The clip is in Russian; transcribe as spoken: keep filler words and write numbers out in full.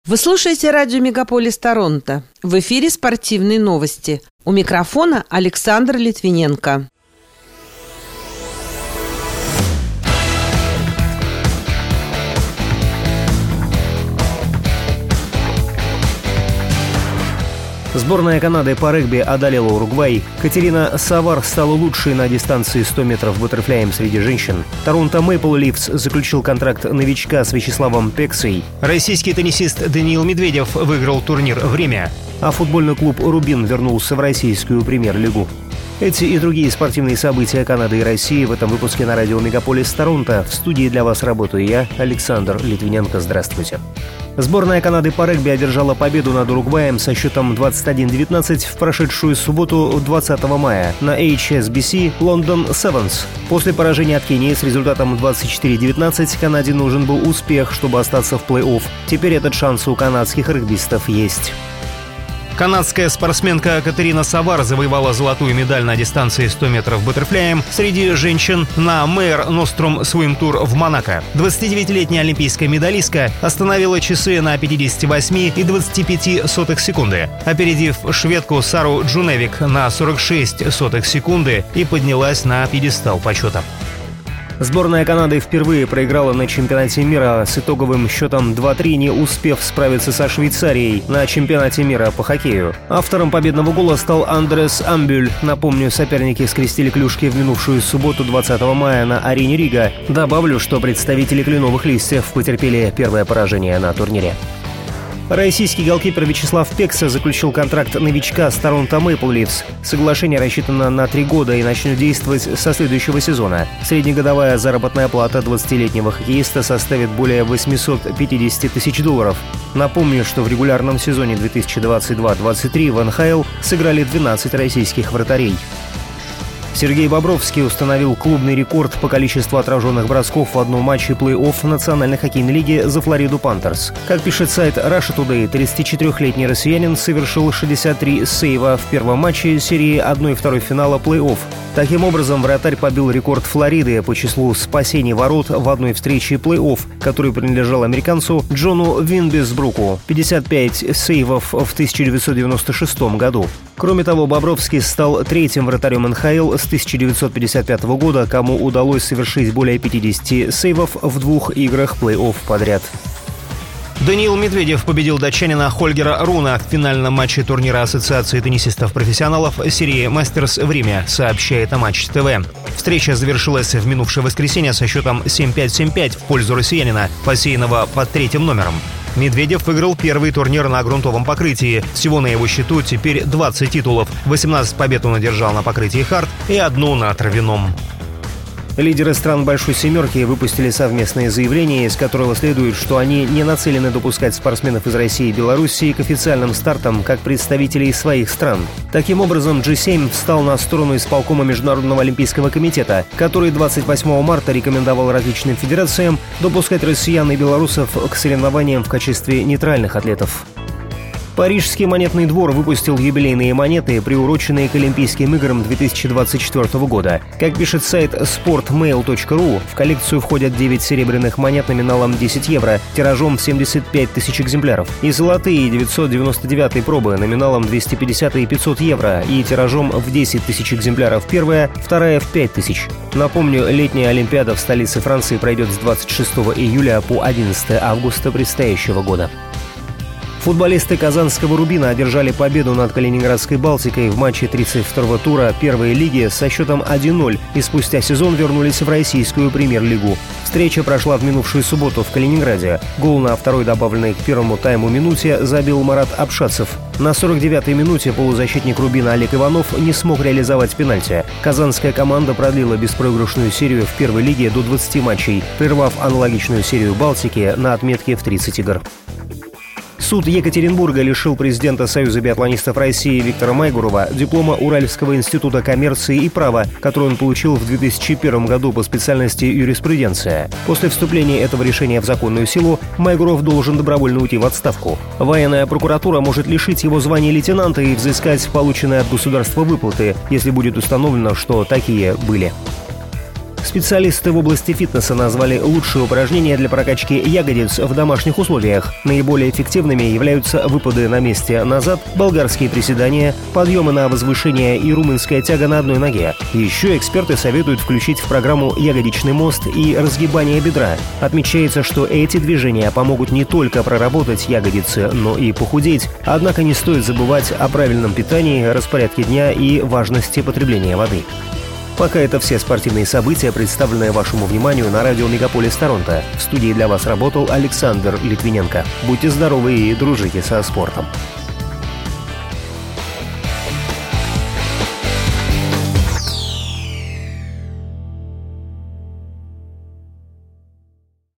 Вы слушаете радио «Мегаполис Торонто». В эфире спортивные новости. У микрофона Александр Литвиненко. Сборная Канады по регби одолела Уругвай. Катерина Савар стала лучшей на дистанции сто метров баттерфляем среди женщин. Торонто Мэйпл Лифс заключил контракт новичка с Вячеславом Пексой. Российский теннисист Даниил Медведев выиграл турнир «Время». А футбольный клуб «Рубин» вернулся в российскую премьер-лигу. Эти и другие спортивные события Канады и России в этом выпуске на радио «Мегаполис Торонто». В студии для вас работаю я, Александр Литвиненко. Здравствуйте. Сборная Канады по регби одержала победу над Уругваем со счетом двадцать один девятнадцать в прошедшую субботу двадцатого мая на эйч эс би си London Sevens. После поражения от Кении с результатом двадцать четыре девятнадцать Канаде нужен был успех, чтобы остаться в плей-офф. Теперь этот шанс у канадских регбистов есть. Канадская спортсменка Катерина Савар завоевала золотую медаль на дистанции сто метров баттерфляем среди женщин на Мэйр Нострум Swim Tour в Монако. двадцатидевятилетняя олимпийская медалистка остановила часы на пятьдесят восемь и двадцать пять сотых секунды, опередив шведку Сару Джуневик на сорок шесть сотых секунды и поднялась на пьедестал почета. Сборная Канады впервые проиграла на чемпионате мира с итоговым счетом два-три, не успев справиться со Швейцарией на чемпионате мира по хоккею. Автором победного гола стал Андрес Амбюль. Напомню, соперники скрестили клюшки в минувшую субботу двадцатого мая на арене Рига. Добавлю, что представители кленовых листьев потерпели первое поражение на турнире. Российский голкипер Вячеслав Пекса заключил контракт новичка с Торонто Мэйпл Лифс. Соглашение рассчитано на три года и начнет действовать со следующего сезона. Среднегодовая заработная плата двадцатилетнего хоккеиста составит более восемьсот пятьдесят тысяч долларов. Напомню, что в регулярном сезоне две тысячи двадцать два двадцать три в эн ха эл сыграли двенадцать российских вратарей. Сергей Бобровский установил клубный рекорд по количеству отраженных бросков в одном матче плей-офф Национальной хоккейной лиги за Флориду Пантерс. Как пишет сайт Russia Today, тридцатичетырёхлетний россиянин совершил шестьдесят три сейва в первом матче серии одна и вторая финала плей-офф. Таким образом, вратарь побил рекорд Флориды по числу спасений ворот в одной встрече плей-офф, который принадлежал американцу Джону Винбисбруку. пятьдесят пять сейвов в тысяча девятьсот девяносто шестом году. Кроме того, Бобровский стал третьим вратарем эн ха эл с тысяча девятьсот пятьдесят пятого года, кому удалось совершить более пятидесяти сейвов в двух играх плей-офф подряд. Даниил Медведев победил датчанина Хольгера Руна в финальном матче турнира Ассоциации теннисистов-профессионалов серии «Мастерс в Риме», сообщает Матч ТВ. Встреча завершилась в минувшее воскресенье со счетом семь пять семь пять в пользу россиянина, посеянного под третьим номером. Медведев выиграл первый турнир на грунтовом покрытии. Всего на его счету теперь двадцать титулов. восемнадцать побед он одержал на покрытии хард и одну на травяном. Лидеры стран Большой Семерки выпустили совместное заявление, из которого следует, что они не нацелены допускать спортсменов из России и Белоруссии к официальным стартам как представителей своих стран. Таким образом, джи семь встал на сторону исполкома Международного олимпийского комитета, который двадцать восьмого марта рекомендовал различным федерациям допускать россиян и белорусов к соревнованиям в качестве нейтральных атлетов. Парижский монетный двор выпустил юбилейные монеты, приуроченные к Олимпийским играм две тысячи двадцать четвёртого года. Как пишет сайт спортмейл точка ру, в коллекцию входят девять серебряных монет номиналом десять евро, тиражом в семьдесят пять тысяч экземпляров, и золотые девятьсот девяносто девятой пробы номиналом двести пятьдесят и пятьсот евро и тиражом в десять тысяч экземпляров первая, вторая в пять тысяч. Напомню, летняя Олимпиада в столице Франции пройдет с двадцать шестого июля по одиннадцатого августа предстоящего года. Футболисты казанского «Рубина» одержали победу над Калининградской «Балтикой» в матче тридцать второго тура первой лиги со счетом один ноль и спустя сезон вернулись в российскую премьер-лигу. Встреча прошла в минувшую субботу в Калининграде. Гол на второй добавленной к первому тайму минуте забил Марат Абшацев. На сорок девятой минуте полузащитник «Рубина» Олег Иванов не смог реализовать пенальти. Казанская команда продлила беспроигрышную серию в первой лиге до двадцати матчей, прервав аналогичную серию «Балтики» на отметке в тридцать игр. Суд Екатеринбурга лишил президента Союза биатлонистов России Виктора Майгурова диплома Уральского института коммерции и права, который он получил в две тысячи первом году по специальности юриспруденция. После вступления этого решения в законную силу Майгуров должен добровольно уйти в отставку. Военная прокуратура может лишить его звания лейтенанта и взыскать полученные от государства выплаты, если будет установлено, что такие были. Специалисты в области фитнеса назвали лучшие упражнения для прокачки ягодиц в домашних условиях. Наиболее эффективными являются выпады на месте назад, болгарские приседания, подъемы на возвышение и румынская тяга на одной ноге. Еще эксперты советуют включить в программу ягодичный мост и разгибание бедра. Отмечается, что эти движения помогут не только проработать ягодицы, но и похудеть. Однако не стоит забывать о правильном питании, распорядке дня и важности потребления воды. Пока это все спортивные события, представленные вашему вниманию на радио «Мегаполис Торонто». В студии для вас работал Александр Литвиненко. Будьте здоровы и дружите со спортом.